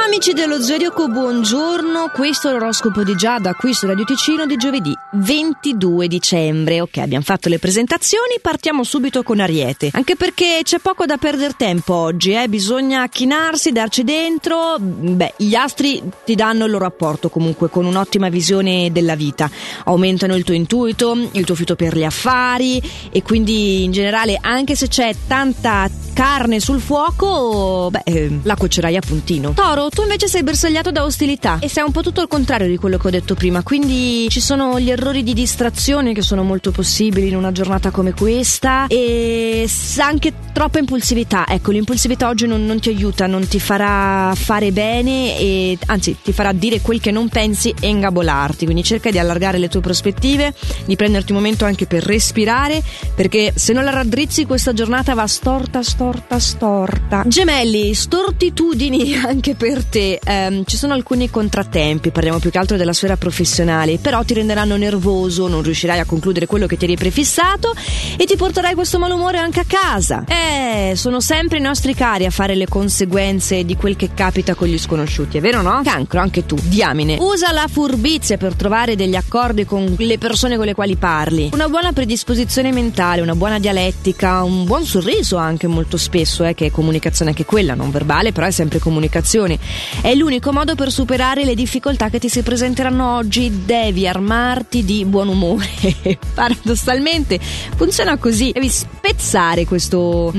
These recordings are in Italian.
Amici dello Zodiaco, buongiorno. Questo è l'oroscopo di Giada qui su Radio Ticino di giovedì 22 dicembre. Ok, abbiamo fatto le presentazioni, partiamo subito con Ariete. Anche perché c'è poco da perdere tempo oggi, bisogna chinarsi, darci dentro. Gli astri ti danno il loro apporto comunque con un'ottima visione della vita. Aumentano il tuo intuito, il tuo fiuto per gli affari e quindi in generale, anche se c'è tanta carne sul fuoco, la cuocerai a puntino. Toro, tu invece sei bersagliato da ostilità e sei un po' tutto il contrario di quello che ho detto prima, quindi ci sono gli errori di distrazione che sono molto possibili in una giornata come questa e anche troppa impulsività. Ecco, l'impulsività oggi non ti aiuta, non ti farà fare bene e anzi ti farà dire quel che non pensi e ingabolarti, quindi cerca di allargare le tue prospettive, di prenderti un momento anche per respirare, perché se non la raddrizzi questa giornata va storta. Gemelli, stortitudini anche per te. Ci sono alcuni contrattempi, parliamo più che altro della sfera professionale, però ti renderanno nervoso, non riuscirai a concludere quello che ti eri prefissato e ti porterai questo malumore anche a casa. Sono sempre i nostri cari a fare le conseguenze di quel che capita con gli sconosciuti, è vero, no? Cancro, anche tu. Diamine, usa la furbizia per trovare degli accordi con le persone con le quali parli. Una buona predisposizione mentale, una buona dialettica, un buon sorriso anche molto spesso, che è comunicazione anche quella, non verbale, però è sempre comunicazione. È l'unico modo per superare le difficoltà che ti si presenteranno oggi. Devi armarti di buon umore. Paradossalmente funziona così, devi spezzare questo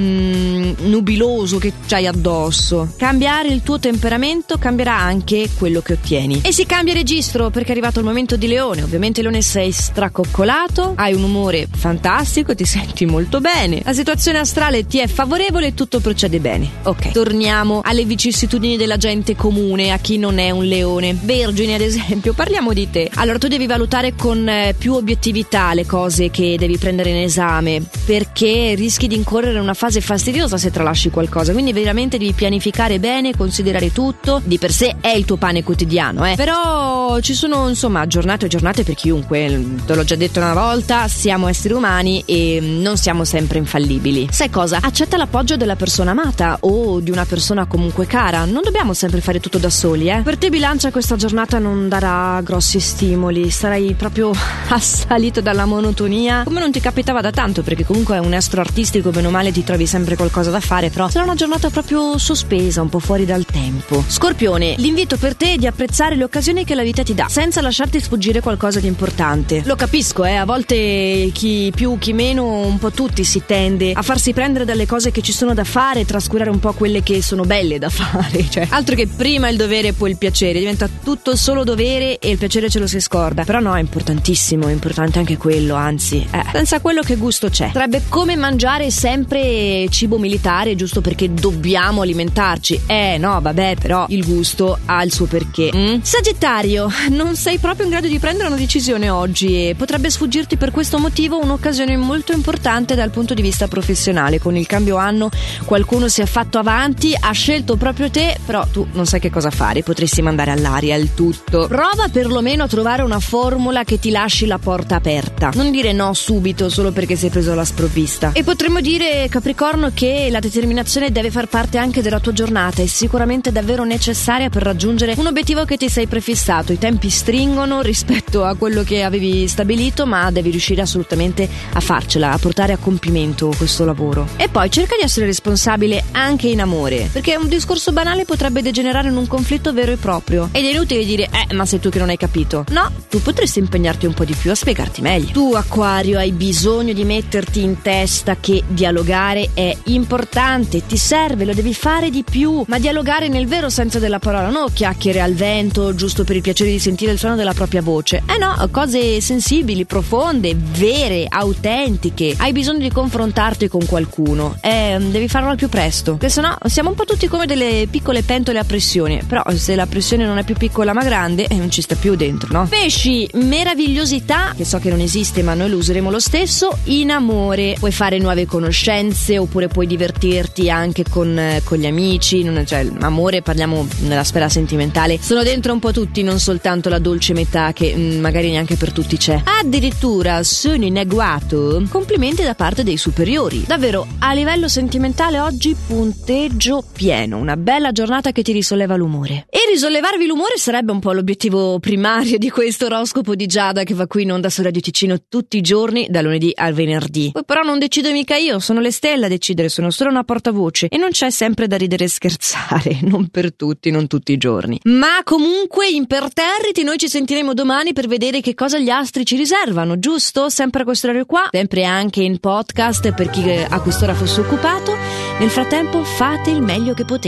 nubiloso che c'hai addosso. Cambiare il tuo temperamento cambierà anche quello che ottieni. E si cambia registro perché è arrivato il momento di Leone. Ovviamente Leone, sei stracoccolato, hai un umore fantastico, ti senti molto bene, la situazione astrale ti è favorevole e tutto procede bene. Ok, torniamo alle vicissitudini della gente comune, a chi non è un leone. Vergine, ad esempio, parliamo di te. Allora, tu devi valutare con più obiettività le cose che devi prendere in esame, perché rischi di incorrere in una fase fastidiosa se tralasci qualcosa, quindi veramente devi pianificare bene, considerare tutto. Di per sé è il tuo pane quotidiano, però ci sono insomma giornate e giornate per chiunque. Te l'ho già detto una volta, siamo esseri umani e non siamo sempre infallibili. Sai cosa? Accetta l'appoggio della persona amata o di una persona comunque cara, non dobbiamo sempre fare tutto da soli. Per te Bilancia, questa giornata non darà grossi stimoli, sarai proprio assalito dalla monotonia, come non ti capitava da tanto, perché comunque è un estro artistico, bene o male ti trovi sempre qualcosa da fare, però sarà una giornata proprio sospesa, un po' fuori dal tempo. Scorpione, l'invito per te è di apprezzare le occasioni che la vita ti dà, senza lasciarti sfuggire qualcosa di importante. Lo capisco, a volte chi più chi meno, un po' tutti si tende a farsi prendere dalle cose che ci sono da fare e trascurare un po' quelle che sono belle da fare, cioè altro che prima il dovere e poi il piacere, diventa tutto solo dovere e il piacere ce lo si scorda. Però no, è importantissimo, è importante anche quello, anzi senza quello che gusto c'è? Sarebbe come mangiare sempre cibo militare giusto perché dobbiamo alimentarci. No, vabbè, però il gusto ha il suo perché. Sagittario, non sei proprio in grado di prendere una decisione oggi e potrebbe sfuggirti per questo motivo un'occasione molto importante dal punto di vista professionale. Con il cambio anno qualcuno si è fatto avanti, ha scelto proprio te, però tu non sai che cosa fare, potresti mandare all'aria il tutto. Prova perlomeno a trovare una formula che ti lasci la porta aperta, non dire no subito solo perché sei preso alla sprovvista. E potremmo dire, Capricorno, che la determinazione deve far parte anche della tua giornata, è sicuramente davvero necessaria per raggiungere un obiettivo che ti sei prefissato. I tempi stringono rispetto a quello che avevi stabilito, ma devi riuscire assolutamente a farcela, a portare a compimento questo lavoro. E poi cerca di essere responsabile anche in amore, perché un discorso banale potrebbe degenerare in un conflitto vero e proprio ed è inutile dire ma sei tu che non hai capito. No, tu potresti impegnarti un po' di più a spiegarti meglio. Tu, Acquario, hai bisogno di metterti in testa che dialogare è importante, ti serve, lo devi fare di più, ma dialogare nel vero senso della parola, non chiacchiere al vento giusto per il piacere di sentire il suono della propria voce. No, cose sensibili, profonde, vere, autentiche. Hai bisogno di confrontarti con qualcuno, devi farlo al più presto, perché sennò siamo un po' tutti come delle piccole pentole a pressione, però se la pressione non è più piccola ma grande non ci sta più dentro, no? Pesci, meravigliosità, che so che non esiste ma noi lo useremo lo stesso, in amore. Puoi fare nuove conoscenze oppure puoi divertirti anche con gli amici, cioè amore, parliamo nella sfera sentimentale, sono dentro un po' tutti, non soltanto la dolce metà che magari neanche per tutti c'è. Addirittura sono in agguato complimenti da parte dei superiori. Davvero, a livello sentimentale oggi punteggio pieno, una bella giornata che ti risolleva l'umore. E risollevarvi l'umore sarebbe un po' l'obiettivo primario di questo oroscopo di Giada che va qui in onda su Radio Ticino tutti i giorni da lunedì al venerdì. Poi però non decido mica io, sono le stelle a decidere, sono solo una portavoce e non c'è sempre da ridere e scherzare, non per tutti, non tutti i giorni. Ma comunque imperterriti, noi ci sentiremo domani per vedere che cosa gli astri ci riservano, giusto? Sempre a questo orario qua, sempre anche in podcast per chi a quest'ora fosse occupato. Nel frattempo fate il meglio che potete.